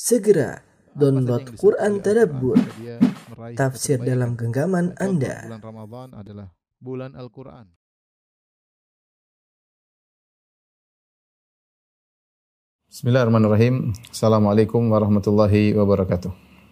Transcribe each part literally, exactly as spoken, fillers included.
Segera download Quran Tadabbur, dia meraih tafsir kebaikan. dalam genggaman Contoh, Anda. Bulan Ramadan adalah bulan Al-Quran. Bismillahirrahmanirrahim. Assalamualaikum warahmatullahi wabarakatuh.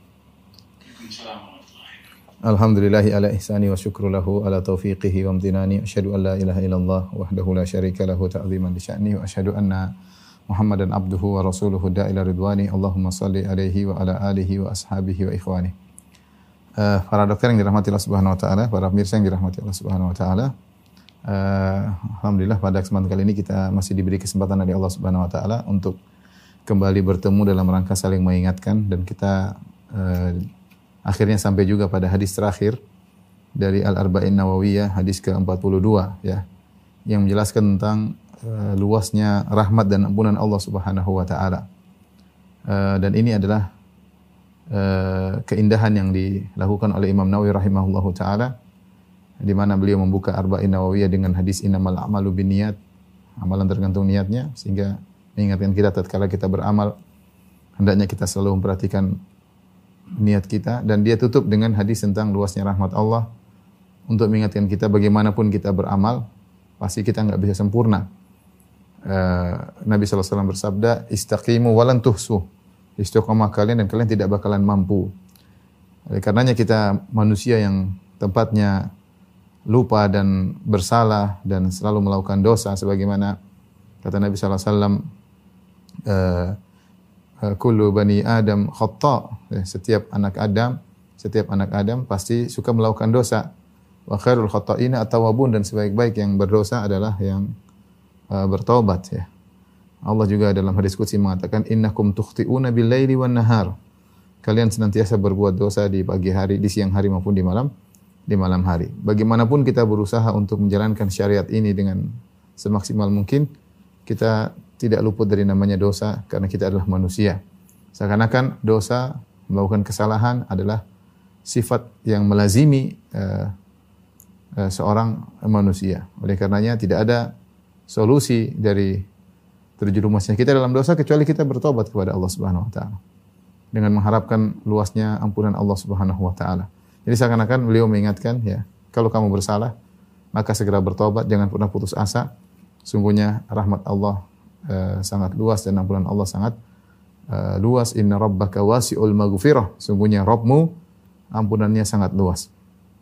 Alhamdulillahi ala ihsani wa syukru lahu ala taufiqihi wa amtinani. Asyhadu an la ilaha illallah wahdahu la syarika lahu ta'ziman li sya'ni wa asyhadu anna Muhammadan abduhu wa rasuluhu da'ila ridwani. Allahumma salli alaihi wa ala alihi wa ashabihi wa ikhwani. Uh, para dokter yang dirahmati Allah Subhanahu wa taala, para pemirsa yang dirahmati Allah Subhanahu wa taala. Uh, Alhamdulillah pada kesempatan kali ini kita masih diberi kesempatan dari Allah Subhanahu wa taala untuk kembali bertemu dalam rangka saling mengingatkan, dan kita uh, akhirnya sampai juga pada hadis terakhir dari Al-Arba'in Nawawiyah, hadis ke empat puluh dua ya, yang menjelaskan tentang uh, luasnya rahmat dan ampunan Allah Subhanahu wa taala. Uh, dan ini adalah uh, keindahan yang dilakukan oleh Imam Nawawi rahimahullahu taala, di mana beliau membuka Arba'in Nawawiyah dengan hadis innamal a'malu binniyat, amalan tergantung niatnya, sehingga mengingatkan kita tatkala kita beramal hendaknya kita selalu memperhatikan niat kita. Dan dia tutup dengan hadis tentang luasnya rahmat Allah untuk mengingatkan kita bagaimanapun kita beramal pasti kita enggak bisa sempurna. Uh, Nabi sallallahu alaihi wasallam bersabda, istaqimu walan tuhsu, istiqomah kalian dan kalian tidak bakalan mampu. Oleh karenanya kita manusia yang tempatnya lupa dan bersalah dan selalu melakukan dosa, sebagaimana kata Nabi sallallahu alaihi wasallam, uh, kullu bani Adam khata', setiap anak Adam, setiap anak Adam pasti suka melakukan dosa. Wa khairul khata'ina at-tawwabun, dan sebaik-baik yang berdosa adalah yang uh, bertaubat ya. Allah juga dalam hadis qudsi mengatakan innakum tukhti'una bil-laili wan-nahar. Kalian senantiasa berbuat dosa di pagi hari, di siang hari maupun di malam di malam hari. Bagaimanapun kita berusaha untuk menjalankan syariat ini dengan semaksimal mungkin, kita tidak luput dari namanya dosa karena kita adalah manusia. Seakan-akan dosa, melakukan kesalahan adalah sifat yang melazimi uh, uh, seorang manusia. Oleh karenanya tidak ada solusi dari terjerumusnya kita dalam dosa kecuali kita bertobat kepada Allah Subhanahu wa taala dengan mengharapkan luasnya ampunan Allah Subhanahu wa taala. Jadi seakan-akan beliau mengingatkan ya, kalau kamu bersalah maka segera bertobat, jangan pernah putus asa. Sungguhnya rahmat Allah Uh, sangat luas dan ampunan Allah sangat uh, luas. Inna rabbaka wasi'ul maghfirah, sungguhnya Rabbmu ampunannya sangat luas.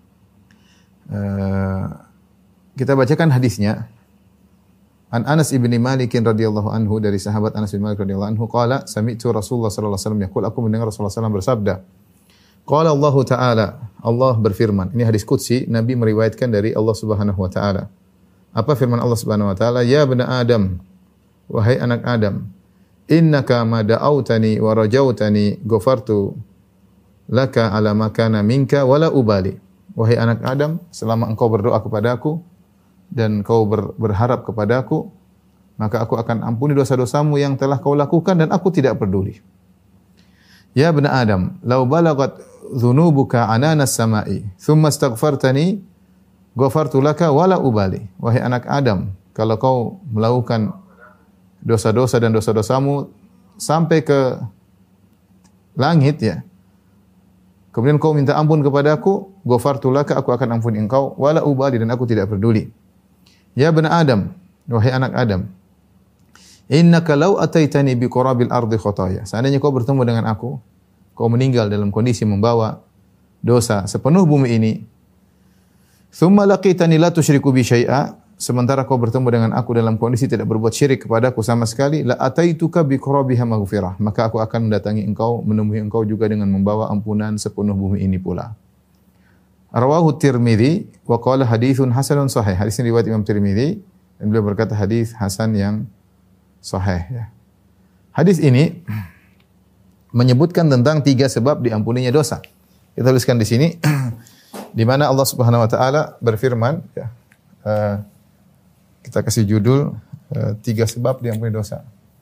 Uh, kita bacakan hadisnya. An Anas ibn Malik radhiyallahu anhu, dari sahabat Anas bin Malik radhiyallahu anhu, qala sami'tu Rasulullah sallallahu alaihi wasallam yaqul, aku mendengar Rasulullah sallallahu alaihi wasallam bersabda, qala Allah taala, Allah berfirman. Ini hadis qudsi, Nabi meriwayatkan dari Allah Subhanahu wa taala. Apa firman Allah Subhanahu wa taala? Ya bani Adam, wahai anak Adam, innaka ma da'autani wa rajautani ghafartu laka ala ma kana minka wala ubali. Wahai anak Adam, selama engkau berdoa kepadaku dan kau ber, berharap kepadaku, maka aku akan ampuni dosa-dosamu yang telah kau lakukan dan aku tidak peduli. Ya bani Adam, law balagat dhunubuka ananas samai thumma astaghfartani ghafartu laka wala ubali. Wahai anak Adam, kalau kau melakukan dosa-dosa dan dosa-dosamu sampai ke langit ya, kemudian kau minta ampun kepadaku, ghafartu laka, aku akan ampuni engkau, wala ubali, dan aku tidak peduli. Ya bani Adam, wahai anak Adam, innaka law ataitani bi qurabil ardi khataya, seandainya kau bertemu dengan aku, kau meninggal dalam kondisi membawa dosa sepenuh bumi ini, thumma laqitani la tusyriku bi syai'a, sementara kau bertemu dengan aku dalam kondisi tidak berbuat syirik kepadaku sama sekali, la ataituka bi qurabiha maghfirah, maka aku akan mendatangi engkau, menemui engkau juga dengan membawa ampunan sepenuh bumi ini pula. Rawahu Tirmidzi wa qala haditsun hasanun sahih. Hadis ini riwayat Imam Tirmidzi dan beliau berkata hadis hasan yang sahih ya. Hadis ini menyebutkan tentang tiga sebab diampuninya dosa. Kita tuliskan di sini di mana Allah Subhanahu wa taala berfirman ya. Uh, Kita kasih judul uh, tiga sebab diampuni dosa.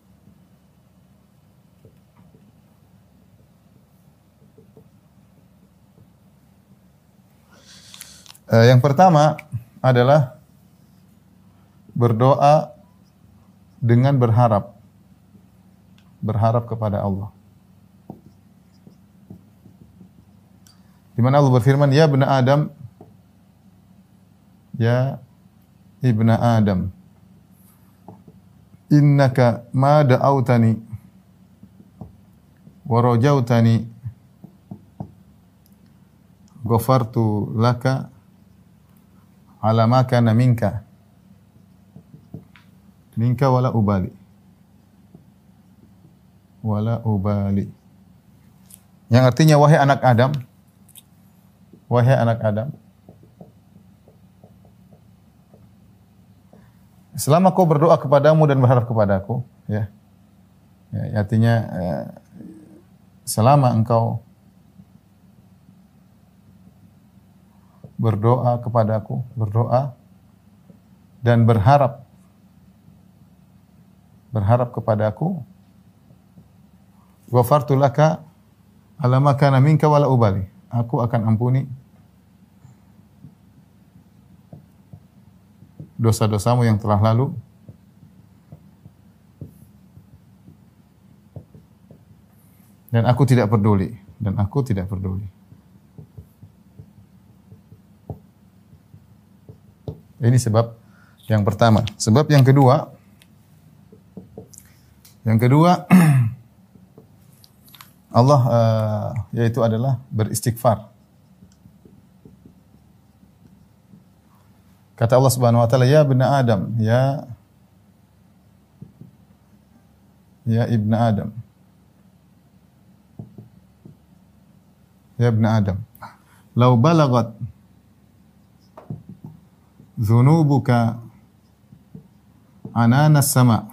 Uh, yang pertama adalah berdoa dengan berharap. Berharap kepada Allah. Di mana Allah berfirman, "Ya ibna Adam, ya ibna Adam, innaka ma da'autani wa rajautani ghafartu laka ala ma kana minka minka wala ubali wala ubali." Yang artinya, wahai anak Adam, wahai anak Adam, selama kau berdoa kepadamu dan berharap kepadaku, ya, ya artinya eh, selama engkau berdoa kepadaku, berdoa dan berharap berharap kepadaku, ghafartu laka ala ma kana minka wala ubali. Aku akan ampuni dosa-dosamu yang telah lalu dan aku tidak peduli dan aku tidak peduli. Ini sebab yang pertama. Sebab yang kedua, yang kedua Allah uh, yaitu adalah beristighfar. Kata Allah Subhanahu wa taala, "Ya ibna Adam, ya ya ibna Adam. Ya ibna Adam, law balagat dhunubuka anana as-sama'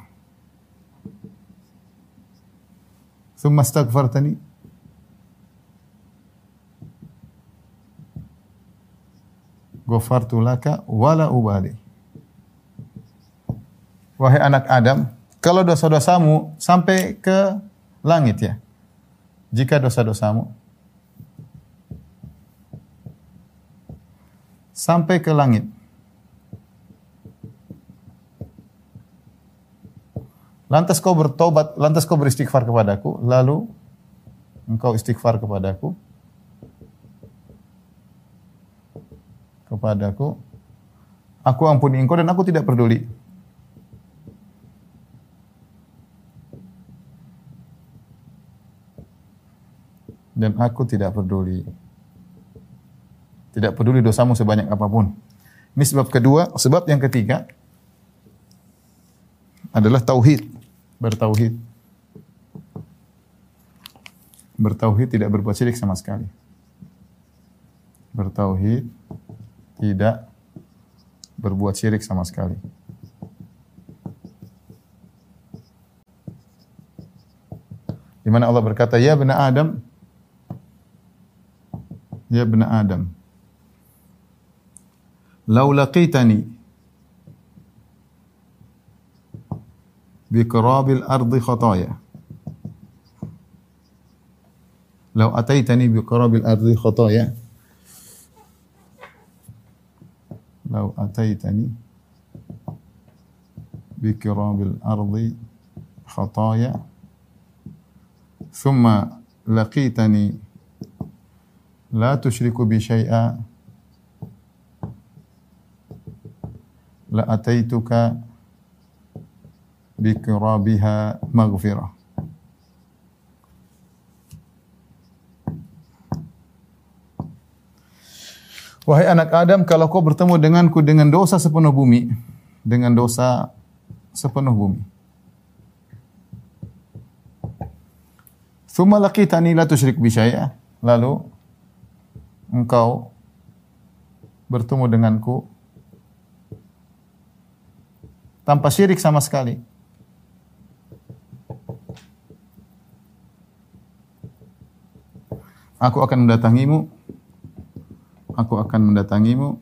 thumma astaghfartani ghafartu laka wala ubali." Wahai anak Adam, kalau dosa-dosamu sampai ke langit, ya. Jika dosa-dosamu sampai ke langit, lantas kau bertobat, lantas kau beristighfar kepadaku, lalu engkau istighfar kepadaku, kepadaku, aku ampuni engkau dan aku tidak peduli. Dan aku tidak peduli. Tidak peduli dosamu sebanyak apapun. Ini sebab kedua. Sebab yang ketiga adalah tauhid. Bertauhid. Bertauhid, tidak berbuat syirik sama sekali. Bertauhid, tidak berbuat syirik sama sekali. Di mana Allah berkata, "Ya ibna Adam, ya ibna Adam, law laqitani bi qarabil ardi khataya." Law ataitani bi qarabil ardi khataya. Law ataitani bi qarabil ardi khataya thumma laqitani la tusyriku bi syai'a la ataituka bi qirabiha maghfirah. Wahai anak Adam, kalau kau bertemu denganku dengan dosa sepenuh bumi, dengan dosa sepenuh bumi, thumma laqitani la tusyrik bi syai'a, lalu engkau bertemu denganku tanpa syirik sama sekali, aku akan mendatangimu, aku akan mendatangimu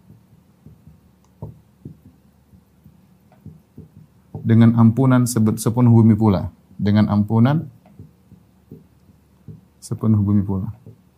dengan ampunan sepenuh bumi pula, dengan ampunan sepenuh bumi pula.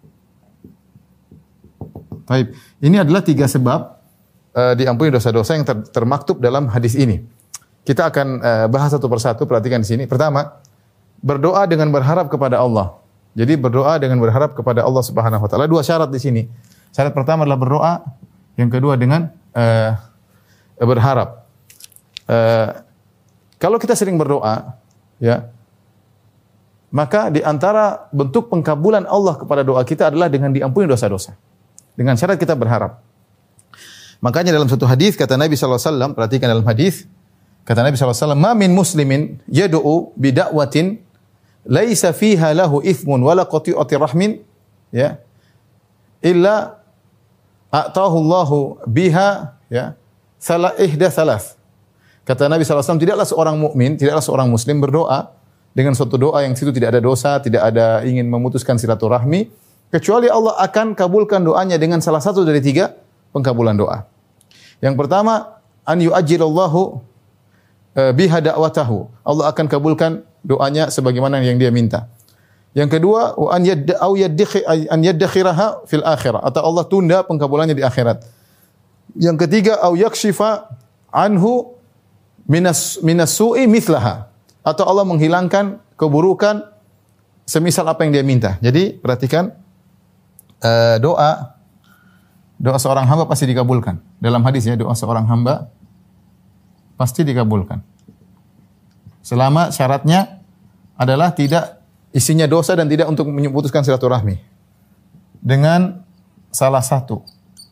Baik, ini adalah tiga sebab uh, diampuni dosa-dosa yang ter termaktub dalam hadis ini. Kita akan uh, bahas satu persatu, perhatikan di sini. Pertama, berdoa dengan berharap kepada Allah. Jadi berdoa dengan berharap kepada Allah Subhanahu wa taala. Dua syarat di sini. Syarat pertama adalah berdoa, yang kedua dengan uh, berharap. Uh, kalau kita sering berdoa, ya, maka di antara bentuk pengkabulan Allah kepada doa kita adalah dengan diampuni dosa-dosa. Dengan syarat kita berharap. Makanya dalam satu hadis kata Nabi sallallahu alaihi wasallam, perhatikan dalam hadis, kata Nabi sallallahu alaihi wasallam, "Ma min muslimin yad'u bi da'watin laisa fiha lahu ithmun wala qati'ati rahmin, ya, illa a'tahu Allahu biha, ya, salah ihda salas." Kata Nabi sallallahu alaihi wasallam, tidaklah seorang mukmin, tidaklah seorang muslim berdoa dengan suatu doa yang situ tidak ada dosa, tidak ada ingin memutuskan silaturahmi, kecuali Allah akan kabulkan doanya dengan salah satu dari tiga pengkabulan doa. Yang pertama, an yu'ajjilallahu biha da'watahu. Allah akan kabulkan doanya sebagaimana yang dia minta. Yang kedua, wa an yadda au yaddakhi an yaddakhiraha fil akhirah, atau Allah tunda pengkabulannya di akhirat. Yang ketiga, au yakshifa anhu minas minas su'i mithlaha, atau Allah menghilangkan keburukan semisal apa yang dia minta. Jadi perhatikan, uh, doa doa seorang hamba pasti dikabulkan. Dalam hadis ya, doa seorang hamba pasti dikabulkan. Selama syaratnya adalah tidak isinya dosa dan tidak untuk memutuskan silaturahmi. Dengan salah satu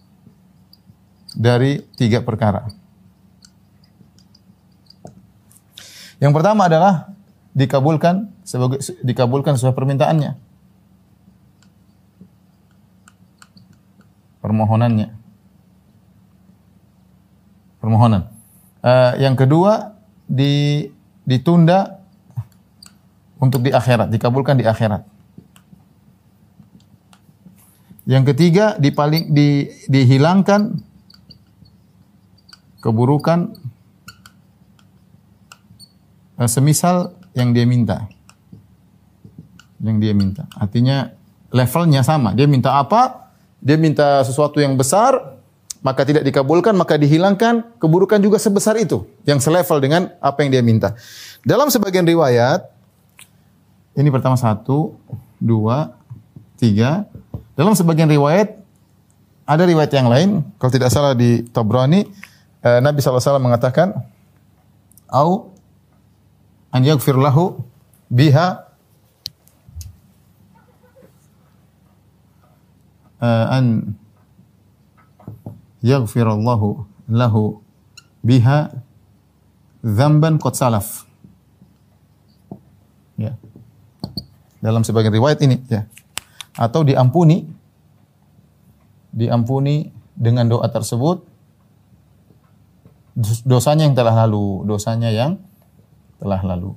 dari tiga perkara. Yang pertama adalah dikabulkan sebagai dikabulkan sesuai permintaannya. Permohonannya. Permohonan. Uh, yang kedua di ditunda untuk di akhirat, dikabulkan di akhirat. Yang ketiga dipaling di dihilangkan keburukan uh, semisal yang dia minta. Yang dia minta. Artinya levelnya sama. Dia minta apa? Dia minta sesuatu yang besar, maka tidak dikabulkan, maka dihilangkan keburukan juga sebesar itu, yang selevel dengan apa yang dia minta. Dalam sebagian riwayat, ini pertama satu, dua, tiga. Dalam sebagian riwayat, ada riwayat yang lain, kalau tidak salah di Tabrani, eh, Nabi sallallahu alaihi wasallam mengatakan, au an yaghfir lahu biha Uh, an yaghfirallahu lahu biha dzamban qad salaf. Ya. Dalam sebagian riwayat ini, ya. Atau diampuni diampuni dengan doa tersebut dosanya yang telah lalu, dosanya yang telah lalu.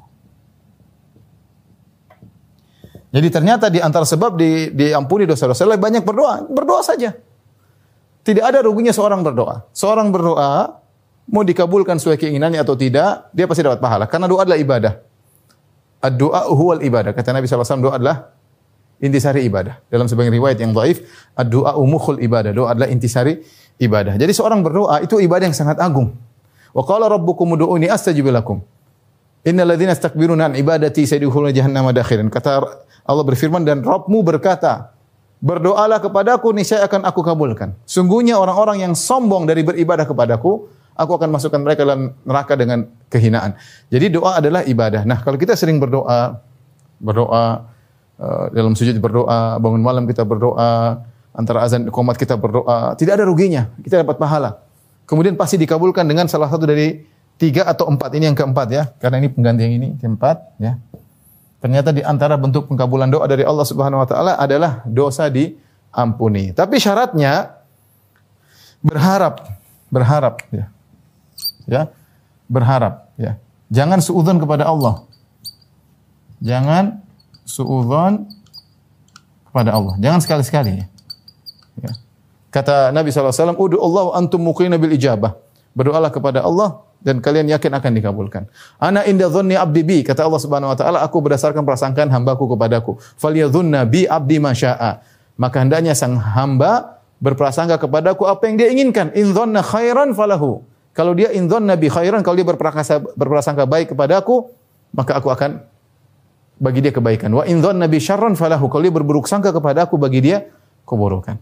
Jadi ternyata di antara sebab di, diampuni dosa-dosa adalah banyak berdoa. Berdoa saja. Tidak ada ruginya seorang berdoa. Seorang berdoa, mau dikabulkan sesuai keinginannya atau tidak, dia pasti dapat pahala. Karena doa adalah ibadah. Ad-du'a huwal ibadah. Kata Nabi sallallahu alaihi wasallam, doa adalah intisari ibadah. Dalam sebagian riwayat yang dhaif, ad-du'a mukhul ibadah. Doa adalah intisari ibadah. Jadi seorang berdoa, itu ibadah yang sangat agung. Wa qala rabbukum ud'uuni astajib lakum. Innal ladzina istakbiruna an ibadati sayadkhuluna jahannama dakhirin. Kata Allah berfirman, dan Rabbmu berkata, berdoalah kepadaku, niscaya akan aku kabulkan. Sungguhnya orang-orang yang sombong dari beribadah kepadaku, aku akan masukkan mereka dalam neraka dengan kehinaan. Jadi doa adalah ibadah. Nah, kalau kita sering berdoa, berdoa uh, dalam sujud berdoa, bangun malam kita berdoa, antara azan dan qomat kita berdoa, tidak ada ruginya. Kita dapat pahala. Kemudian pasti dikabulkan dengan salah satu dari tiga atau empat. Ini yang keempat ya, karena ini pengganti yang ini, keempat ya. Ternyata di antara bentuk pengkabulan doa dari Allah Subhanahu wa taala adalah dosa diampuni. Tapi syaratnya berharap, berharap ya. Ya. Berharap ya. Jangan suudzon kepada Allah. Jangan suudzon kepada Allah. Jangan sekali-sekali ya. Ya. Kata Nabi sallallahu alaihi wasallam, "Ud'u Allah wa antum muqinuna bil ijabah." Berdoalah kepada Allah dan kalian yakin akan dikabulkan. Ana inda dhanni abdi bi, kata Allah Subhanahu wa taala, aku berdasarkan prasangkaan hambaku kepadaku. Falyadhunna bi abdi ma syaa. Maka hendaknya sang hamba berprasangka kepadaku apa yang dia inginkan. In dhanna khairan falahu. Kalau dia in dhanna bi khairan, kalau dia berprasangka berprasangka baik kepadaku, maka aku akan bagi dia kebaikan. Wa in dzanna bi syarran falahu. Kalau dia berburuk sangka kepada aku, bagi dia keburukan.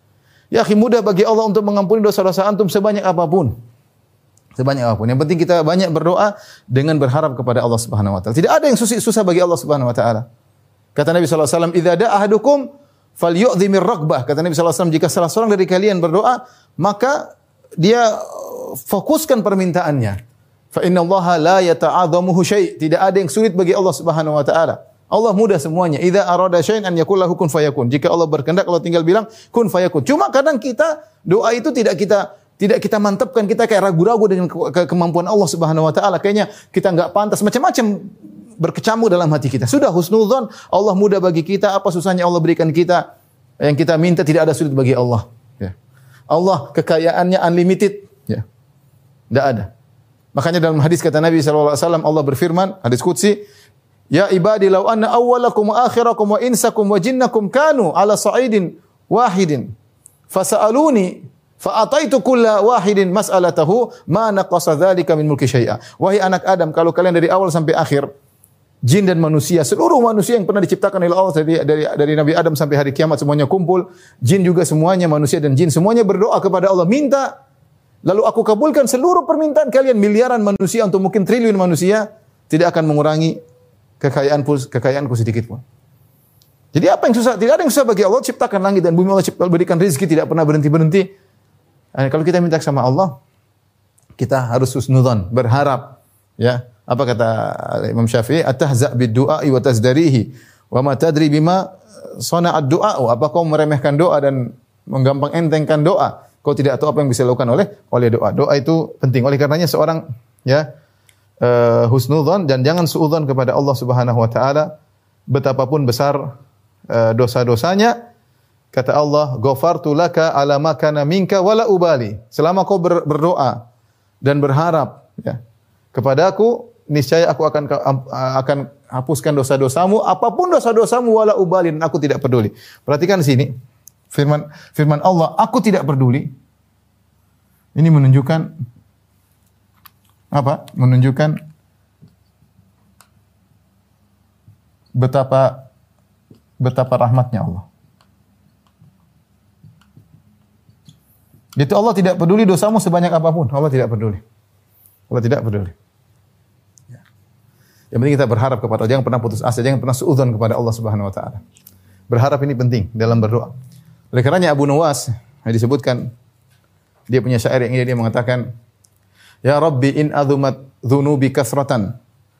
Ya akhi, mudah bagi Allah untuk mengampuni dosa-dosa antum sebanyak apapun. Sebanyak apapun. Yang penting kita banyak berdoa dengan berharap kepada Allah Subhanahu wa taala. Tidak ada yang susah, susah bagi Allah Subhanahu wa taala. Kata Nabi sallallahu alaihi wasallam, "Idza da'a ahadukum falyu'dhimir raghbah." Kata Nabi sallallahu alaihi wasallam, jika salah seorang dari kalian berdoa, maka dia fokuskan permintaannya. Fa innallaha la yata'adzamuhu syai'. Tidak ada yang sulit bagi Allah Subhanahu wa taala. Allah mudah semuanya. Idza arada syai'an an yakul lahu kun fayakun. Jika Allah berkehendak, Allah tinggal bilang kun fayakun. Cuma kadang kita doa itu tidak kita tidak kita mantapkan, kita kayak ragu-ragu dengan ke kemampuan Allah Subhanahu wa taala. Kayaknya kita enggak pantas, macam-macam berkecamuk dalam hati kita. Sudah husnudzon, Allah mudah bagi kita, apa susahnya Allah berikan kita yang kita minta, tidak ada sulit bagi Allah. Ya. Allah kekayaannya unlimited, ya. Tidak ada. Makanya dalam hadis kata Nabi sallallahu alaihi wasallam, Allah berfirman, hadis qudsi, "Ya ibadi law anna awwalakum wa akhirakum wa insakum wa jinnakum kanu ala sa'idin wahidin fasa'aluni fa ataitu kulla wahidin mas'alatahu ma naqasa dzalika min mulki syai'a." Wahai anak Adam, kalau kalian dari awal sampai akhir, jin dan manusia, seluruh manusia yang pernah diciptakan oleh Allah dari, dari dari Nabi Adam sampai hari kiamat semuanya kumpul, jin juga semuanya, manusia dan jin semuanya berdoa kepada Allah, minta, lalu aku kabulkan seluruh permintaan kalian. Miliaran manusia untuk mungkin triliun manusia, tidak akan mengurangi kekayaanku kekayaanku sedikit pun. Jadi apa yang susah? Tidak ada yang susah bagi Allah. Ciptakan langit dan bumi, Allah cipta, berikan rezeki, tidak pernah berhenti-berhenti. Nah, kalau kita minta sama Allah, kita harus husnudzon, berharap, ya. Apa kata Imam Syafi'i? Atahza' bid-du'a'i wa tazdarihi wa ma tadri bima sana'ad du'a'u. Apa kau meremehkan doa dan menggampang entengkan doa? Kau tidak tahu apa yang bisa dilakukan oleh oleh doa. Doa itu penting. Oleh karenanya seorang, ya, uh, husnudzon dan jangan suudzon kepada Allah Subhanahu wa taala betapapun besar uh, dosa-dosanya. Kata Allah, "Ghafartu laka ala ma kana minka wala ubali." Selama kau ber, berdoa dan berharap, ya, kepadaku, niscaya aku akan akan hapuskan dosa-dosamu, apapun dosa-dosamu, wala ubali, dan aku tidak peduli. Perhatikan di sini firman firman Allah, aku tidak peduli. Ini menunjukkan apa? Menunjukkan betapa betapa rahmatnya Allah. Itu Allah tidak peduli dosamu sebanyak apapun. Allah tidak peduli. Allah tidak peduli. Ya. Yang penting kita berharap kepada Allah. Jangan pernah putus asa. Jangan pernah suudzon kepada Allah Subhanahu wa taala. Berharap ini penting dalam berdoa. Oleh karenanya Abu Nuwas yang disebutkan, dia punya syair yang ini, dia mengatakan, "Ya Rabbi in azumat dzunubi kasratan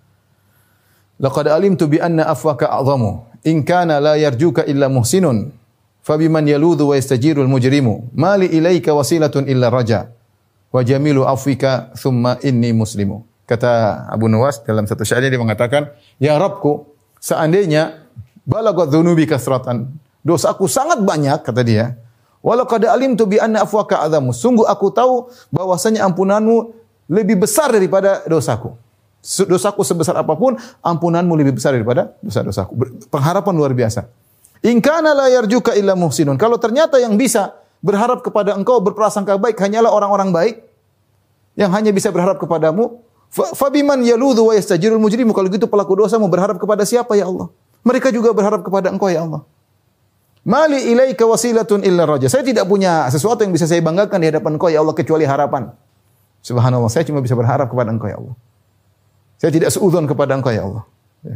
laqad alimtu bi anna afwaka a'zamu in kana la yarjuka illa muhsinun fabiman yaludhu wa yastajirul mujrimu mali ilaika wasilatun illa raja wa jamilu afwika thumma inni muslimu." Kata Abu Nuwas dalam satu syairnya, dia mengatakan, "Ya Rabbku, seandainya balagat dzunubi kasratan, dosaku sangat banyak," kata dia, "walau qad alimtu bi anna afwaka a'zamu, sungguh aku tahu bahwasanya ampunanmu lebih besar daripada dosaku. Dosaku sebesar apapun, ampunanmu lebih besar daripada dosa-dosaku." Pengharapan luar biasa. In kana la yarjuka illa muhsinun. Kalau ternyata yang bisa berharap kepada engkau, berprasangka baik, hanyalah orang-orang baik yang hanya bisa berharap kepadamu, fabiman yaludhu wa yastajirul mujrimu. Kalau gitu pelaku dosa mau berharap kepada siapa ya Allah? Mereka juga berharap kepada engkau ya Allah. Mali ilaika wasilatun illa raja. Saya tidak punya sesuatu yang bisa saya banggakan di hadapan engkau ya Allah kecuali harapan. Subhanallah, saya cuma bisa berharap kepada engkau ya Allah. Saya tidak suudzon kepada engkau ya Allah. Ya.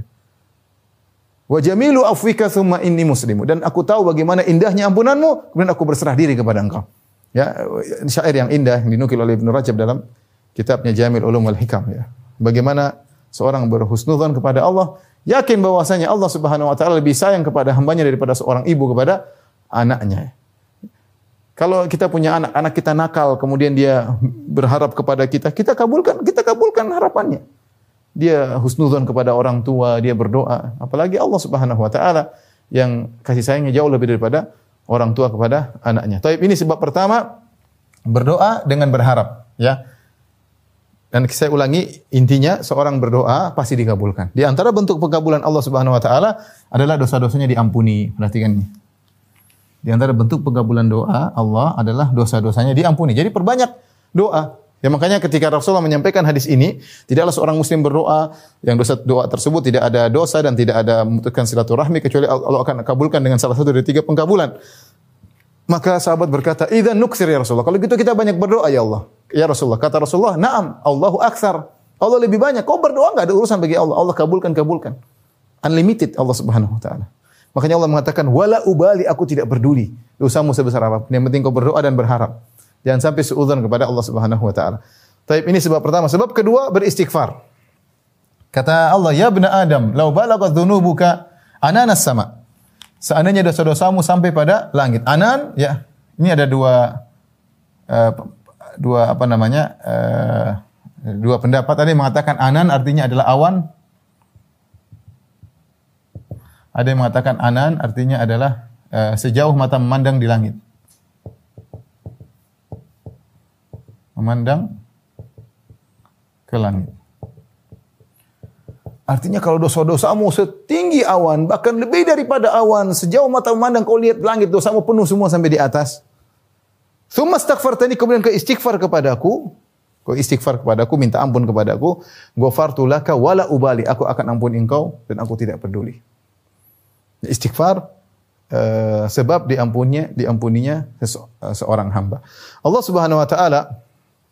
Wa jamilu afwika thumma inni muslimu. Dan aku tahu bagaimana indahnya ampunanmu, kemudian aku berserah diri kepada engkau. Ya, syair yang indah yang dinukil oleh Ibnu Rajab dalam kitabnya Jamil Ulum wal Hikam, ya. Bagaimana seorang berhusnudzon kepada Allah, yakin bahwasanya Allah Subhanahu wa taala lebih sayang kepada hambanya daripada seorang ibu kepada anaknya. Kalau kita punya anak, anak kita nakal, kemudian dia berharap kepada kita, kita kabulkan, kita kabulkan harapannya. Dia husnudzon kepada orang tua, dia berdoa. Apalagi Allah Subhanahu wa taala yang kasih sayangnya jauh lebih daripada orang tua kepada anaknya. Taib, ini sebab pertama, berdoa dengan berharap, ya. Dan saya ulangi, intinya seorang berdoa pasti dikabulkan. Di antara bentuk pengkabulan Allah Subhanahu wa taala adalah dosa-dosanya diampuni. Perhatikan ini. Di antara bentuk pengkabulan doa Allah adalah dosa-dosanya diampuni. Jadi perbanyak doa. Ya makanya ketika Rasulullah menyampaikan hadis ini, tidaklah seorang muslim berdoa yang dosa doa tersebut tidak ada dosa dan tidak ada memutuskan silaturahmi kecuali Allah akan kabulkan dengan salah satu dari tiga pengkabulan. Maka sahabat berkata, "Idzan nuktsir ya Rasulullah." Kalau gitu kita banyak berdoa ya Allah. Ya Rasulullah, kata Rasulullah, "Na'am, Allahu aktsar." Allah lebih banyak. Kau berdoa enggak ada urusan bagi Allah. Allah kabulkan, kabulkan. Unlimited Allah Subhanahu wa taala. Makanya Allah mengatakan, "Wala ubali, aku tidak peduli dosamu sebesar apapun. Yang penting kau berdoa dan berharap." Jangan sampai suudzon kepada Allah Subhanahu wa taala. Taib, ini sebab pertama. Sebab kedua, beristighfar. Kata Allah, "Ya bani Adam, law balaghat dzunubuka ananas sama." Seandainya dosa-dosamu sampai pada langit. Anan, ya. Ini ada dua uh, dua apa namanya? Uh, dua pendapat. Ada yang mengatakan anan artinya adalah awan. Ada yang mengatakan anan artinya adalah uh, sejauh mata memandang di langit. Memandang ke langit. Artinya kalau dosa-dosamu setinggi awan, bahkan lebih daripada awan, sejauh mata memandang kau lihat langit, dosamu penuh semua sampai di atas. Tsumma astaghfartani, kemudian kau istighfar kepadaku, kau istighfar kepadaku, minta ampun kepadaku, ghafartu laka wala ubali, aku akan ampuni engkau dan aku tidak peduli. Istighfar uh, sebab diampuninya diampuninya seorang hamba. Allah Subhanahu wa taala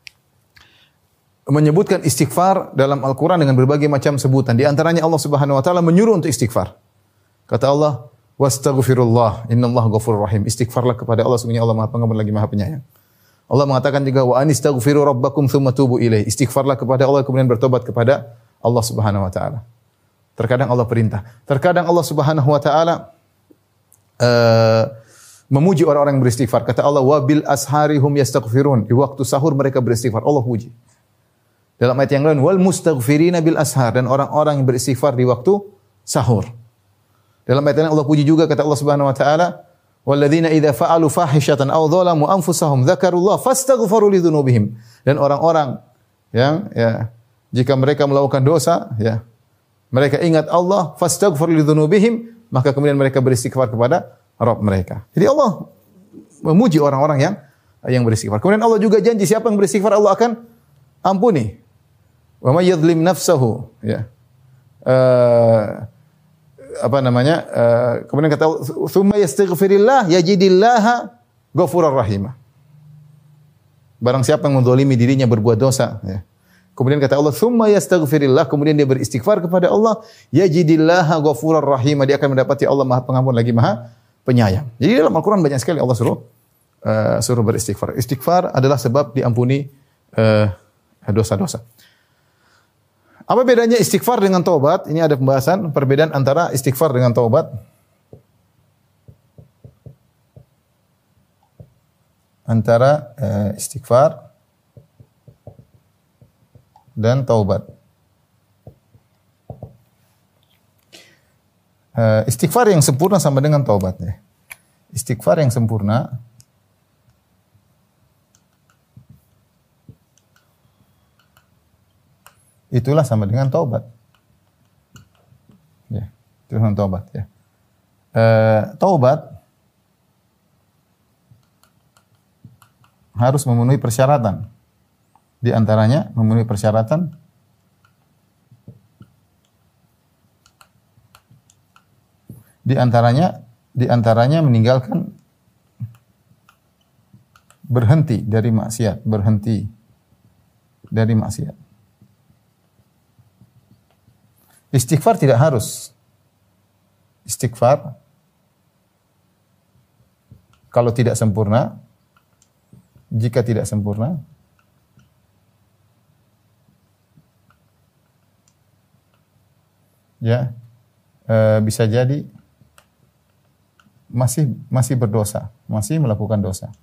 menyebutkan istighfar dalam Al-Quran dengan berbagai macam sebutan. Di antaranya Allah Subhanahu wa taala menyuruh untuk istighfar. Kata Allah, "Wastaghfirullah, innallaha ghafurur rahim." Istighfarlah kepada Allah, sungguhnya Allah Maha Pengampun lagi Maha Penyayang. Allah mengatakan juga, "Wa anistaghfiru rabbakum tsumma tubu ilaih." Istighfarlah kepada Allah kemudian bertobat kepada Allah Subhanahu wa taala. Terkadang Allah perintah, terkadang Allah Subhanahu wa taala uh, memuji orang-orang yang beristighfar. Kata Allah, "Wa bil asharihum yastaghfirun." Di waktu sahur mereka beristighfar. Allah puji. Dalam ayat yang lain, wal mustaghfirina bil ashar, dan orang-orang yang beristighfar di waktu sahur. Dalam ayat yang lain Allah puji juga, kata Allah Subhanahu wa taala, walladzina idza fa'alu fahishatan aw dzalamu anfusahum dzakarullah fastaghfiru lidzunubihim. Dan orang-orang yang ya jika mereka melakukan dosa, ya mereka ingat Allah, fastaghfiru lidzunubihim, maka kemudian mereka beristighfar kepada Rabb mereka. Jadi Allah memuji orang-orang yang yang beristighfar. Kemudian Allah juga janji siapa yang beristighfar Allah akan ampuni. Wa may yadhlim nafsahu, ya. Uh, apa namanya? Uh, kemudian kata tsumma yastaghfirillah yajidillaha ghafurur rahim. Barang siapa yang menzalimi dirinya berbuat dosa, ya. Kemudian kata Allah tsumma yastaghfirillah, kemudian dia beristighfar kepada Allah, yajidillaha ghafurur rahim, dia akan mendapati Allah Maha Pengampun lagi Maha Penyayang. Jadi dalam Al-Qur'an banyak sekali Allah suruh uh, suruh beristighfar. Istighfar adalah sebab diampuni uh, dosa-dosa. Apa bedanya istighfar dengan taubat? Ini ada pembahasan perbedaan antara istighfar dengan taubat. Antara uh, istighfar dan taubat. Uh, istighfar yang sempurna sama dengan taubat, ya. Istighfar yang sempurna itulah sama dengan taubat. Ya, itu dengan taubat, ya. E, taubat harus memenuhi persyaratan. Di antaranya memenuhi persyaratan di antaranya di antaranya meninggalkan berhenti dari maksiat, berhenti dari maksiat. Istighfar tidak harus. Istighfar kalau tidak sempurna, jika tidak sempurna, ya e, bisa jadi masih masih berdosa, masih melakukan dosa.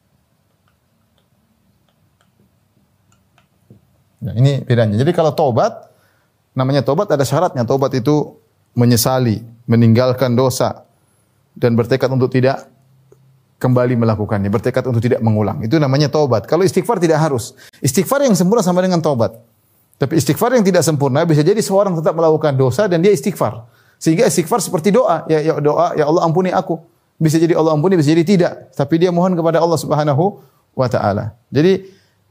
Ya, ini bedanya. Jadi kalau taubat, namanya taubat ada syaratnya. Taubat itu menyesali, meninggalkan dosa dan bertekad untuk tidak kembali melakukannya, bertekad untuk tidak mengulang. Itu namanya taubat. Kalau istighfar tidak harus. Istighfar yang sempurna sama dengan taubat. Tapi istighfar yang tidak sempurna bisa jadi seorang tetap melakukan dosa dan dia istighfar. Sehingga istighfar seperti doa, ya, ya doa, ya Allah ampuni aku. Bisa jadi Allah ampuni, bisa jadi tidak. Tapi dia mohon kepada Allah Subhanahu wa taala. Jadi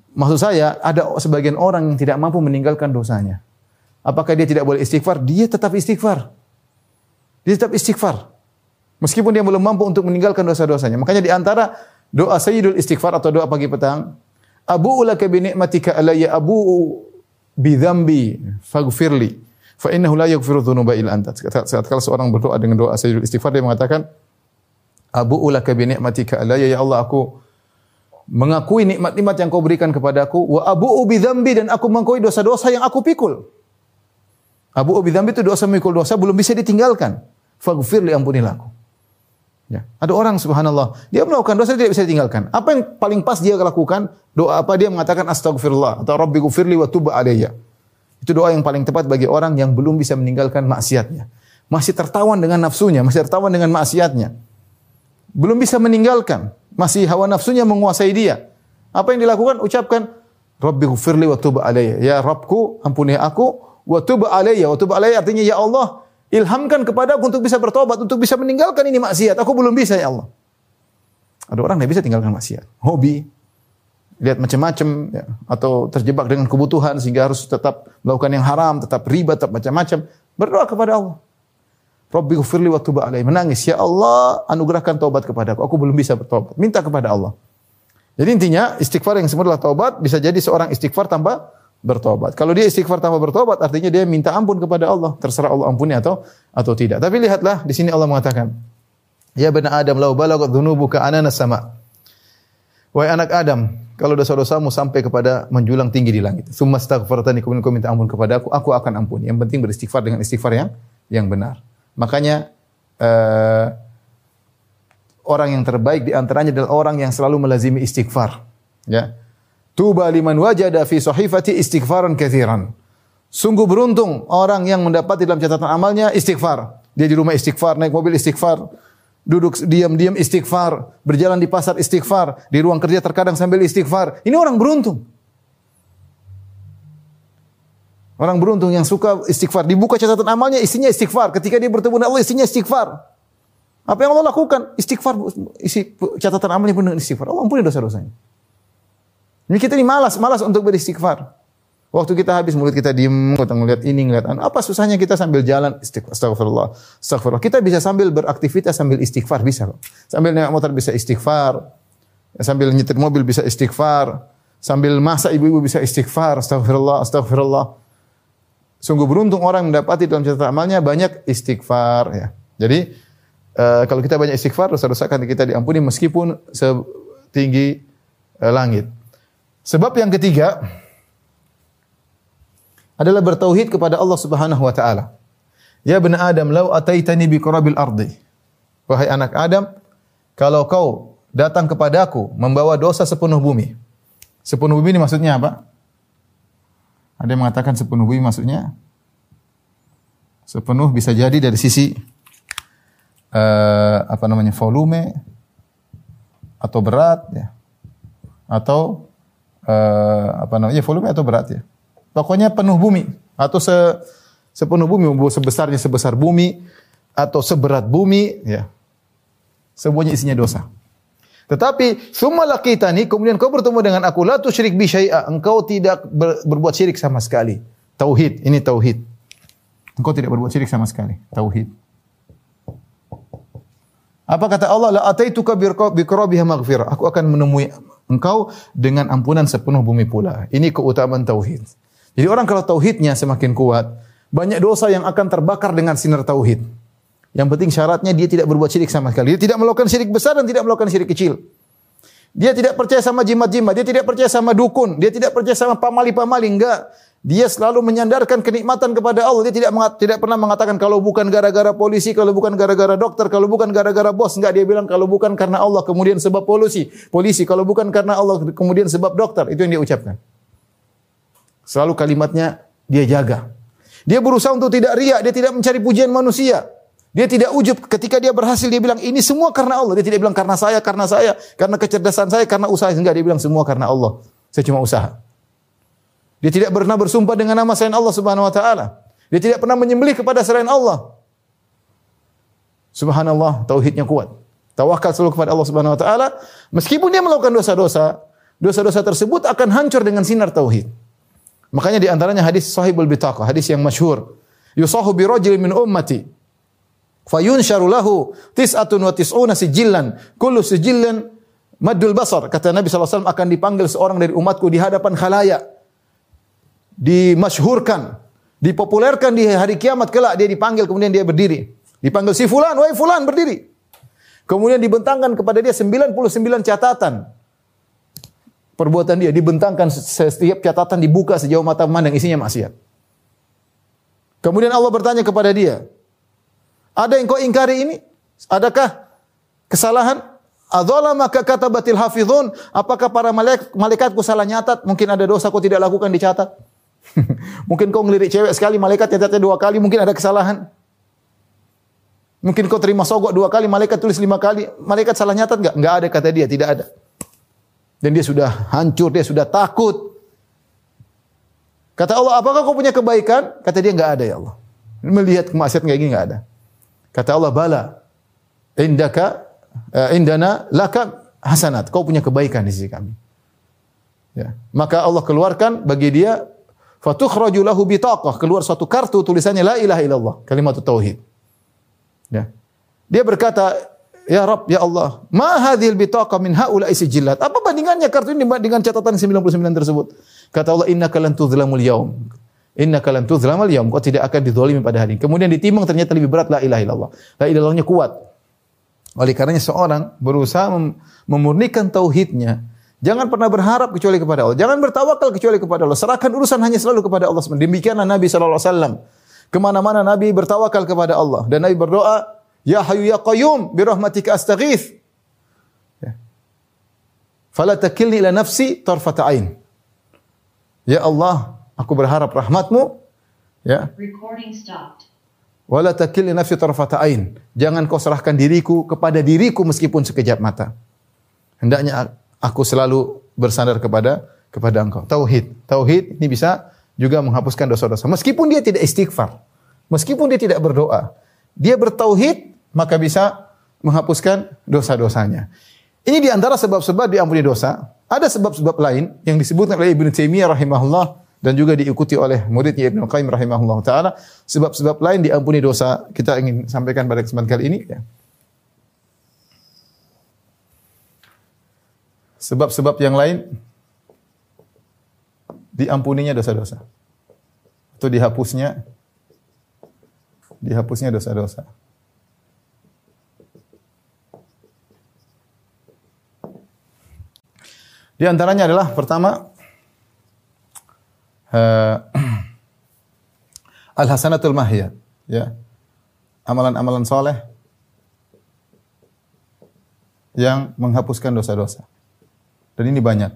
maksud saya ada sebagian orang yang tidak mampu meninggalkan dosanya. Apakah dia tidak boleh istighfar? Dia tetap istighfar. Dia tetap istighfar. Meskipun dia belum mampu untuk meninggalkan dosa-dosanya. Makanya di antara doa sayyidul istighfar atau doa pagi petang, Abu'u laka bi ni'matika alayya abu'u bi dzambi faghfirli fa innahu la yaghfiru dzunuba illa anta. Saat kalau seorang berdoa dengan doa sayyidul istighfar dia mengatakan, Abu'u laka bi ni'matika alayya, ya Allah aku mengakui nikmat-nikmat yang kau berikan kepadaku, wa abu'u bi dzambi, dan aku mengakui dosa-dosa yang aku pikul. Abu'u bi dzambi itu dosa memikul dosa belum bisa ditinggalkan. Faghfirli, ampunilah aku. Ya. Ada orang subhanallah, dia melakukan dosa tidak bisa ditinggalkan. Apa yang paling pas dia lakukan? Doa apa? Dia mengatakan astaghfirullah atau rabbighfirli wa tub alayya. Itu doa yang paling tepat bagi orang yang belum bisa meninggalkan maksiatnya. Masih tertawan dengan nafsunya, masih tertawan dengan maksiatnya. Belum bisa meninggalkan, masih hawa nafsunya menguasai dia. Apa yang dilakukan? Ucapkan rabbighfirli wa tub alayya. Ya Rabbku, ampuni aku, wa tub alayya. Wa tub alayya artinya ya Allah, ilhamkan kepada aku untuk bisa bertobat, untuk bisa meninggalkan ini maksiat. Aku belum bisa ya Allah. Ada orang yang bisa tinggalkan maksiat. Hobi, lihat macam-macam, ya, atau terjebak dengan kebutuhan sehingga harus tetap melakukan yang haram, tetap riba, tetap macam-macam. Berdoa kepada Allah. Rabbighfirli wa tub alayya. Menangis, ya Allah, anugerahkan taubat kepadaku. Aku belum bisa bertobat. Minta kepada Allah. Jadi intinya istighfar yang semula taubat bisa jadi seorang istighfar tanpa bertobat. Kalau dia istighfar tanpa bertobat, artinya dia minta ampun kepada Allah. Terserah Allah ampuni atau atau tidak. Tapi lihatlah di sini Allah mengatakan, ya bani Adam, law balagat dzunubuka anana sama. Wahai anak Adam, kalau dosa-dosamu sampai kepada menjulang tinggi di langit, tsumma astaghfartani, kemudian kau minta ampun kepada aku, aku akan ampuni. Yang penting beristighfar dengan istighfar yang yang benar. Makanya uh, orang yang terbaik di antaranya adalah orang yang selalu melazimi istighfar. Ya. Tuba liman wajada fi sahifati istighfaran katsiran. Sungguh beruntung orang yang mendapati dalam catatan amalnya istighfar. Dia di rumah istighfar, naik mobil istighfar, duduk diam-diam istighfar, berjalan di pasar istighfar, di ruang kerja terkadang sambil istighfar. Ini orang beruntung. Orang beruntung yang suka istighfar. Dibuka catatan amalnya isinya istighfar. Ketika dia bertemu dengan Allah isinya istighfar. Apa yang Allah lakukan? Istighfar, isi catatan amalnya pun dengan istighfar. Allah ampuni dosa-dosanya. Ini kita ini malas, malas untuk beristighfar. Waktu kita habis mulut kita diem, kita ngeliat ini, ngeliat anu. Apa susahnya kita sambil jalan istighfar, astagfirullah, astagfirullah. Kita bisa sambil beraktivitas sambil istighfar bisa kok. Sambil naik motor bisa istighfar, sambil nyetir mobil bisa istighfar, sambil masak ibu-ibu bisa istighfar, astagfirullah, astagfirullah. Sungguh beruntung orang mendapati dalam catatan amalnya banyak istighfar. Ya. Jadi uh, kalau kita banyak istighfar, dosa-dosa akan kita diampuni meskipun setinggi uh, langit. Sebab yang ketiga adalah bertauhid kepada Allah Subhanahu wa taala. Ya bani Adam, law ataitani bi qurabil ardi. Wahai anak Adam, kalau kau datang kepadaku membawa dosa sepenuh bumi. Sepenuh bumi ini maksudnya apa? Ada yang mengatakan sepenuh bumi maksudnya sepenuh bisa jadi dari sisi uh, apa namanya volume atau berat ya. Atau Uh, apa namanya volume atau berat ya. Pokoknya penuh bumi atau se, sepenuh bumi, sebesarnya sebesar bumi atau seberat bumi ya. Semuanya isinya dosa. Tetapi summa laqitani, kemudian kau bertemu dengan aku, la tusyrik bi syai'a, engkau tidak ber, berbuat syirik sama sekali. Tauhid, ini tauhid. Engkau tidak berbuat syirik sama sekali. Tauhid. Apa kata Allah? La ataituka bi qurabiha maghfirah. Aku akan menemui engkau dengan ampunan sepenuh bumi pula. Ini keutamaan tauhid. Jadi orang kalau tauhidnya semakin kuat, banyak dosa yang akan terbakar dengan sinar tauhid. Yang penting syaratnya dia tidak berbuat syirik sama sekali. Dia tidak melakukan syirik besar dan tidak melakukan syirik kecil. Dia tidak percaya sama jimat-jimat, dia tidak percaya sama dukun, dia tidak percaya sama pamali-pamali, enggak. Dia selalu menyandarkan kenikmatan kepada Allah. Dia tidak tidak pernah mengatakan kalau bukan gara-gara polisi, kalau bukan gara-gara dokter, kalau bukan gara-gara bos. Enggak, dia bilang kalau bukan karena Allah kemudian sebab polisi. Polisi, kalau bukan karena Allah kemudian sebab dokter. Itu yang dia ucapkan. Selalu kalimatnya dia jaga. Dia berusaha untuk tidak riya, dia tidak mencari pujian manusia. Dia tidak ujub ketika dia berhasil, dia bilang ini semua karena Allah. Dia tidak bilang karena saya, karena saya, karena kecerdasan saya, karena usaha. Enggak, dia bilang semua karena Allah. Saya cuma usaha. Dia tidak pernah bersumpah dengan nama selain Allah Subhanahu wa taala. Dia tidak pernah menyembelih kepada selain Allah. Subhanallah, tauhidnya kuat. Tawakal selalu kepada Allah Subhanahu wa taala meskipun dia melakukan dosa-dosa, dosa-dosa tersebut akan hancur dengan sinar tauhid. Makanya di antaranya hadis Sahibul Bitaqah, hadis yang masyhur. Yusahu bi rajulin min ummati fayunsharu lahu tis'atun wa tis'una sijillan kullu sijillan maddul basar. Kata Nabi sallallahu alaihi wasallam, akan dipanggil seorang dari umatku di hadapan khalayak, dimasyhurkan, dipopulerkan di hari kiamat kelak, dia dipanggil kemudian dia berdiri. Dipanggil si fulan, wahai fulan, berdiri. Kemudian dibentangkan kepada dia sembilan puluh sembilan catatan. Perbuatan dia dibentangkan, setiap catatan dibuka sejauh mata memandang, isinya maksiat. Kemudian Allah bertanya kepada dia, ada yang kau ingkari ini? Adakah kesalahan? Adzalamaka katabatil hafizun? Apakah para malaikat, malaikatku salah nyatat? Mungkin ada dosa kau tidak lakukan dicatat. Mungkin kau ngelirik cewek sekali, malaikat nyatatnya dua kali, mungkin ada kesalahan. Mungkin kau terima sogok dua kali, malaikat tulis lima kali, malaikat salah nyatat enggak? Enggak ada, kata dia, tidak ada. Dan dia sudah hancur, dia sudah takut. Kata Allah, apakah kau punya kebaikan? Kata dia, enggak ada ya Allah. Melihat kemaksiatan kayak gini enggak ada. Kata Allah, bala. Indaka uh, indana laka hasanat. Kau punya kebaikan di sisi kami. Ya. Maka Allah keluarkan bagi dia fatukhraju lahu bitaqah, keluar suatu kartu tulisannya la ilaha illallah, kalimat tauhid. Ya. Dia berkata, ya Rabb, ya Allah, ma hadhil bitaqah min haula'i sijillat. Apa bandingannya kartu ini dengan catatan sembilan puluh sembilan tersebut? Kata Allah, innaka lan tudzlamul yaum. Innaka lan tudzlamul yaum. Kau tidak akan dizalimi pada hari ini. Kemudian ditimbang, ternyata lebih berat la ilaha illallah. La ilaha illallahnya kuat. Oleh karenanya seorang berusaha mem memurnikan tauhidnya. Jangan pernah berharap kecuali kepada Allah. Jangan bertawakal kecuali kepada Allah. Serahkan urusan hanya selalu kepada Allah. Demikianlah Nabi sallallahu alaihi wasallam. Kemana-mana Nabi bertawakal kepada Allah. Dan Nabi berdoa, ya Hayyu ya Qayyum birahmatika astaghits. Ya. Fala takilni ila nafsi tarfata ain. Ya Allah, aku berharap rahmat-Mu. Ya. Recording stopped. Wala takilni nafsi tarfata ain. Jangan kau serahkan diriku kepada diriku meskipun sekejap mata. Hendaknya aku selalu bersandar kepada kepada Engkau. Tauhid. Tauhid ini bisa juga menghapuskan dosa-dosa. Meskipun dia tidak istighfar. Meskipun dia tidak berdoa. Dia bertauhid, maka bisa menghapuskan dosa-dosanya. Ini di antara sebab-sebab diampuni dosa. Ada sebab-sebab lain yang disebutkan oleh Ibnu Taimiyah rahimahullah dan juga diikuti oleh muridnya Ibnu Qayyim rahimahullah taala. Sebab-sebab lain diampuni dosa kita ingin sampaikan pada kesempatan kali ini. Ya. Sebab-sebab yang lain diampuninya dosa-dosa atau dihapusnya dihapusnya dosa-dosa. Di antaranya adalah pertama uh, al-hasanatul mahiyat, ya. Amalan-amalan soleh yang menghapuskan dosa-dosa. Dan ini banyak.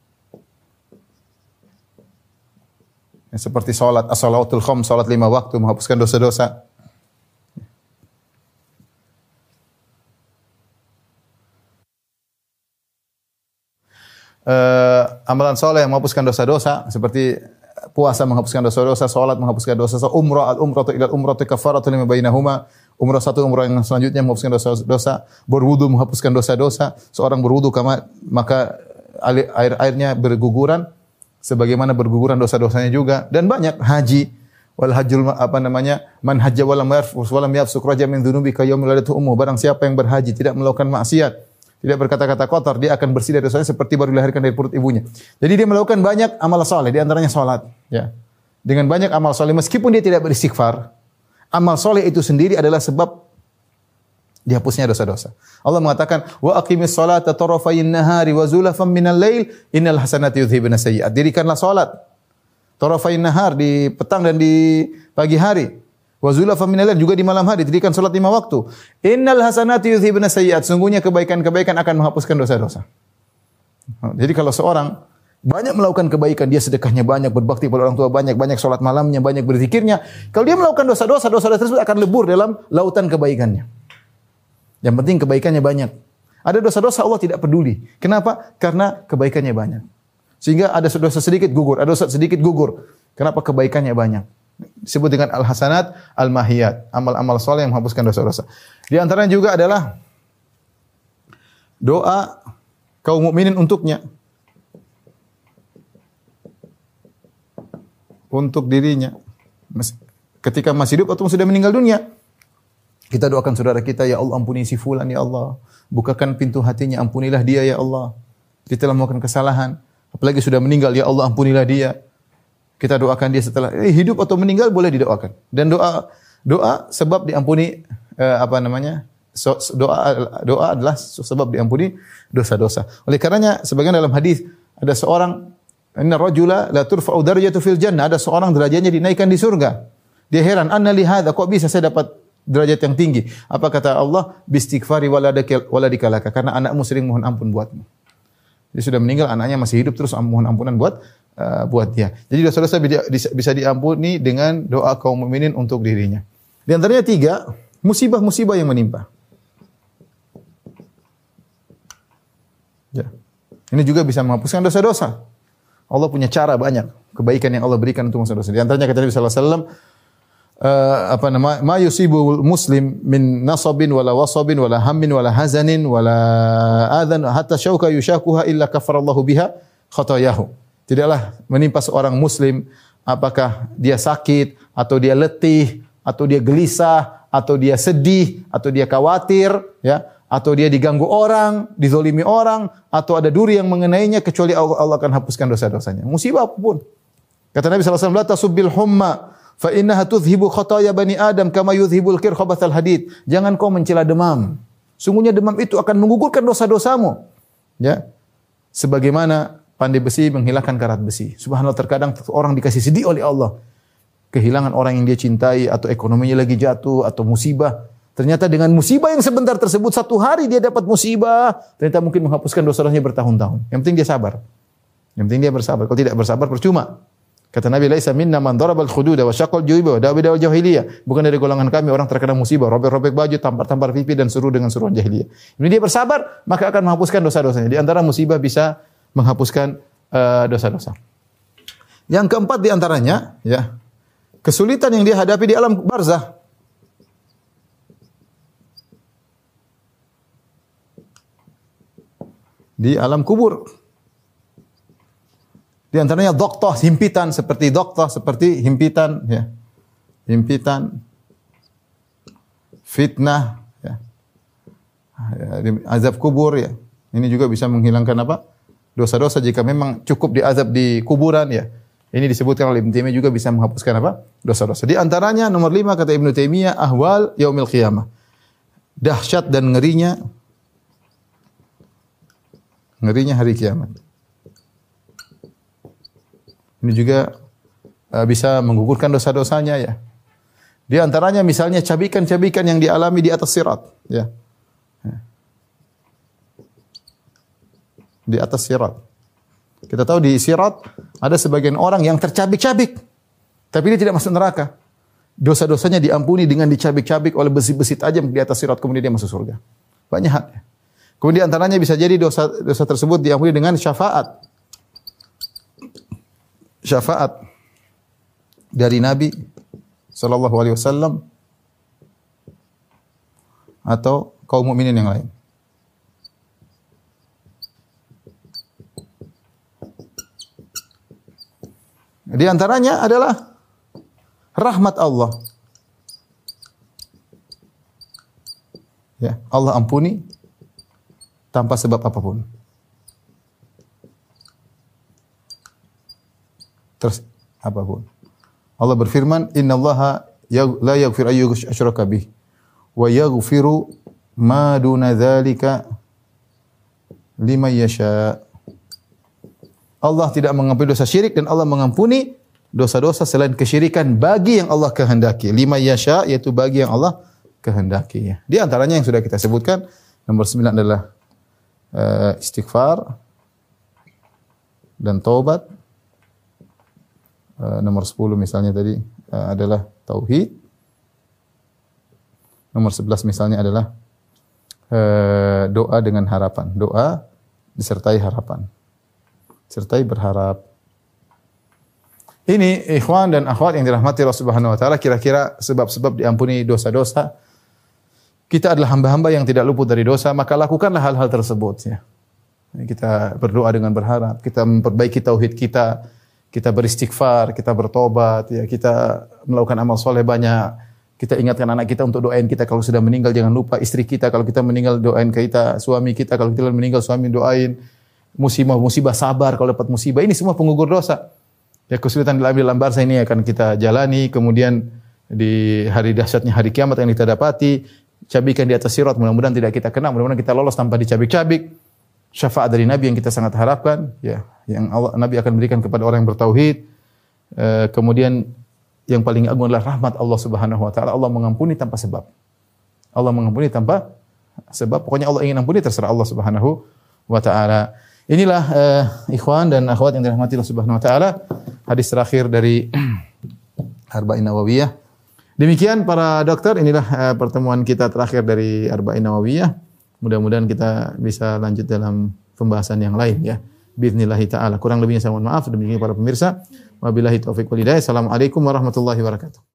Ya, seperti salat, as-salawatul khams, salat lima waktu menghapuskan dosa-dosa. Uh, amalan soleh yang menghapuskan dosa-dosa seperti puasa menghapuskan dosa-dosa, salat menghapuskan dosa-dosa, umrah al-umratu ila al-umrati kafaratu lima bainahuma, umrah satu umrah yang selanjutnya menghapuskan dosa-dosa, berwudu menghapuskan dosa-dosa, seorang berwudu maka air-airnya berguguran sebagaimana berguguran dosa-dosanya juga, dan banyak. Haji wal hajjul apa namanya man hajja wa lam yarfus wa lam yafsuk raja min dzunubi ka yaumil waladatu ummu, barang siapa yang berhaji tidak melakukan maksiat, tidak berkata-kata kotor, dia akan bersih dari dosanya seperti baru dilahirkan dari perut ibunya. Jadi dia melakukan banyak amal saleh, di antaranya salat, ya. Dengan banyak amal saleh meskipun dia tidak beristighfar, amal saleh itu sendiri adalah sebab dihapusnya dosa-dosa. Allah mengatakan, "Wa aqimis salata tarafayn nahari wa zulafan minal lail, innal hasanati yudhhibun sayyi'at." Dirikanlah salat tarafayn nahar, di petang dan di pagi hari. Wa zulafan minal lail, juga di malam hari, dirikan salat lima waktu. Innal hasanati yudhhibun sayyi'at. Sungguhnya kebaikan-kebaikan akan menghapuskan dosa-dosa. Jadi kalau seorang banyak melakukan kebaikan, dia sedekahnya banyak, berbakti pada orang tua banyak, banyak salat malamnya, banyak berzikirnya, kalau dia melakukan dosa-dosa, dosa-dosa tersebut akan lebur dalam lautan kebaikannya. Yang penting kebaikannya banyak. Ada dosa-dosa Allah tidak peduli. Kenapa? Karena kebaikannya banyak. Sehingga ada dosa sedikit gugur, ada dosa sedikit gugur. Kenapa? Kebaikannya banyak. Disebut dengan al-hasanat al-mahiyat, amal-amal saleh yang menghapuskan dosa-dosa. Di antaranya juga adalah doa kaum mukminin untuknya. untuk dirinya. Ketika masih hidup atau sudah meninggal dunia. Kita doakan saudara kita, ya Allah ampuni si fulan ya Allah. Bukakan pintu hatinya, ampunilah dia ya Allah. Dia telah melakukan kesalahan. Apalagi sudah meninggal, ya Allah ampunilah dia. Kita doakan dia setelah eh, hidup atau meninggal boleh didoakan. Dan doa doa sebab diampuni eh, apa namanya? So, doa doa adalah sebab diampuni dosa-dosa. Oleh karenanya sebagian dalam hadis ada seorang inna rajula la turfa'u darajatu fil jannah, ada seorang derajatnya dinaikkan di surga. Dia heran, anna li hadza, kok bisa saya dapat derajat yang tinggi? Apa kata Allah? Bistighfari waladaka waladikalaka, karena anakmu sering mohon ampun buatmu. Dia sudah meninggal, anaknya masih hidup terus mohon ampunan buat uh, buat dia. Jadi dosa-dosa bisa diampuni dengan doa kaum mukminin untuk dirinya. Di antaranya tiga, musibah-musibah yang menimpa. Ya. Ini juga bisa menghapuskan dosa-dosa. Allah punya cara banyak, kebaikan yang Allah berikan untuk dosa-dosa. Di antaranya kata Nabi sallallahu alaihi wasallam, Uh, apa nama ma yusibu muslim min nasabin wala wasabin wala hammin wala hazanin wala adhan hatta syauka yushakuha illa kafarallahu biha khatayahu. Tidaklah menimpa seorang muslim apakah dia sakit atau dia letih atau dia gelisah atau dia sedih atau dia khawatir ya atau dia diganggu orang, dizolimi orang atau ada duri yang mengenainya kecuali Allah, Allah akan hapuskan dosa-dosanya. Musibah apapun. Kata Nabi sallallahu alaihi wasallam la tasubbil humma fa innaha tudhibu khataya bani Adam kama yudhibul kir khabathal hadid. Jangan kau mencela demam. Sungguhnya demam itu akan menggugurkan dosa-dosamu. Ya. Sebagaimana pandai besi menghilangkan karat besi. Subhanallah, terkadang orang dikasih sedih oleh Allah. Kehilangan orang yang dia cintai atau ekonominya lagi jatuh atau musibah. Ternyata dengan musibah yang sebentar tersebut satu hari dia dapat musibah, ternyata mungkin menghapuskan dosa-dosanya bertahun-tahun. Yang penting dia sabar. Yang penting dia bersabar. Kalau tidak bersabar percuma. Kata Nabi, laisa minna man darabal khududa wa syaqal juyuba wa da'wa da'wal jahiliyah. Bukan dari golongan kami orang terkena musibah, robek-robek baju, tampar-tampar pipi dan suruh dengan suruhan jahiliyah. Ini dia bersabar, maka akan menghapuskan dosa-dosanya. Di antara musibah bisa menghapuskan uh, dosa-dosa. Yang keempat di antaranya, ya, kesulitan yang dia hadapi di alam barzah. Di alam kubur. Di antaranya doktor, himpitan seperti doktor, seperti himpitan, ya, himpitan, fitnah, ya, azab kubur, ya. Ini juga bisa menghilangkan apa? Dosa-dosa jika memang cukup diazab di kuburan, ya. Ini disebutkan oleh Ibnu Taimiyah juga bisa menghapuskan apa? Dosa-dosa. Di antaranya nomor lima kata Ibnu Taimiyah, ahwal yaumil qiyamah. Dahsyat dan ngerinya, ngerinya hari kiamat. Ini juga uh, bisa menggugurkan dosa-dosanya ya. Di antaranya misalnya cabikan-cabikan yang dialami di atas sirat ya. Di atas sirat. Kita tahu di sirat ada sebagian orang yang tercabik-cabik tapi dia tidak masuk neraka. Dosa-dosanya diampuni dengan dicabik-cabik oleh besi-besi tajam di atas sirat kemudian dia masuk surga. Banyak hal. Ya. Kemudian antaranya bisa jadi dosa dosa tersebut diampuni dengan syafaat. Syafaat dari Nabi sallallahu alaihi wasallam atau kaum mukminin yang lain. Di antaranya adalah rahmat Allah. Ya, Allah ampuni tanpa sebab apapun. Terus apapun. Allah berfirman, "Innallaha la yaghfiru an yushraka bih wa yaghfiru ma duna dzalika liman yasha." Allah tidak mengampuni dosa syirik dan Allah mengampuni dosa-dosa selain kesyirikan bagi yang Allah kehendaki. Liman yasha yaitu bagi yang Allah kehendaki. Di antaranya yang sudah kita sebutkan, nomor sembilan adalah uh, istighfar dan taubat. Uh, nomor sepuluh misalnya tadi uh, adalah tauhid. Nomor sebelas misalnya adalah uh, doa dengan harapan. Doa disertai harapan. Sertai berharap. Ini ikhwan dan akhwat yang dirahmati Allah Subhanahu wa taala, kira-kira sebab-sebab diampuni dosa-dosa. Kita adalah hamba-hamba yang tidak luput dari dosa, maka lakukanlah hal-hal tersebut ya. Kita berdoa dengan berharap, kita memperbaiki tauhid kita, kita beristighfar, kita bertobat, ya, kita melakukan amal soleh banyak. Kita ingatkan anak kita untuk doain kita kalau sudah meninggal, jangan lupa istri kita kalau kita meninggal doain kita, suami kita kalau kita meninggal suami doain. Musibah-musibah sabar kalau dapat musibah, ini semua pengugur dosa. Ya, kesulitan dalam dalam bahasa ini akan kita jalani, kemudian di hari dahsyatnya hari kiamat yang kita dapati, cabikan di atas sirat, mudah-mudahan tidak kita kena, mudah-mudahan kita lolos tanpa dicabik-cabik. Syafaat dari Nabi yang kita sangat harapkan, ya, yang Allah, Nabi akan berikan kepada orang yang bertauhid. E, kemudian yang paling agung adalah rahmat Allah Subhanahu wa taala. Allah mengampuni tanpa sebab. Allah mengampuni tanpa sebab. Pokoknya Allah ingin ampuni, terserah Allah Subhanahu wa taala. Inilah uh, ikhwan dan akhwat yang dirahmati Allah Subhanahu wa taala, hadis terakhir dari Arba'in Nawawiyah. Demikian para dokter, inilah uh, pertemuan kita terakhir dari Arba'in Nawawiyah. Mudah-mudahan kita bisa lanjut dalam pembahasan yang lain ya. Biidznillah taala. Kurang lebihnya saya mohon maaf. Demikian para pemirsa. Wabillahi taufiq wal hidayah. Assalamualaikum warahmatullahi wabarakatuh.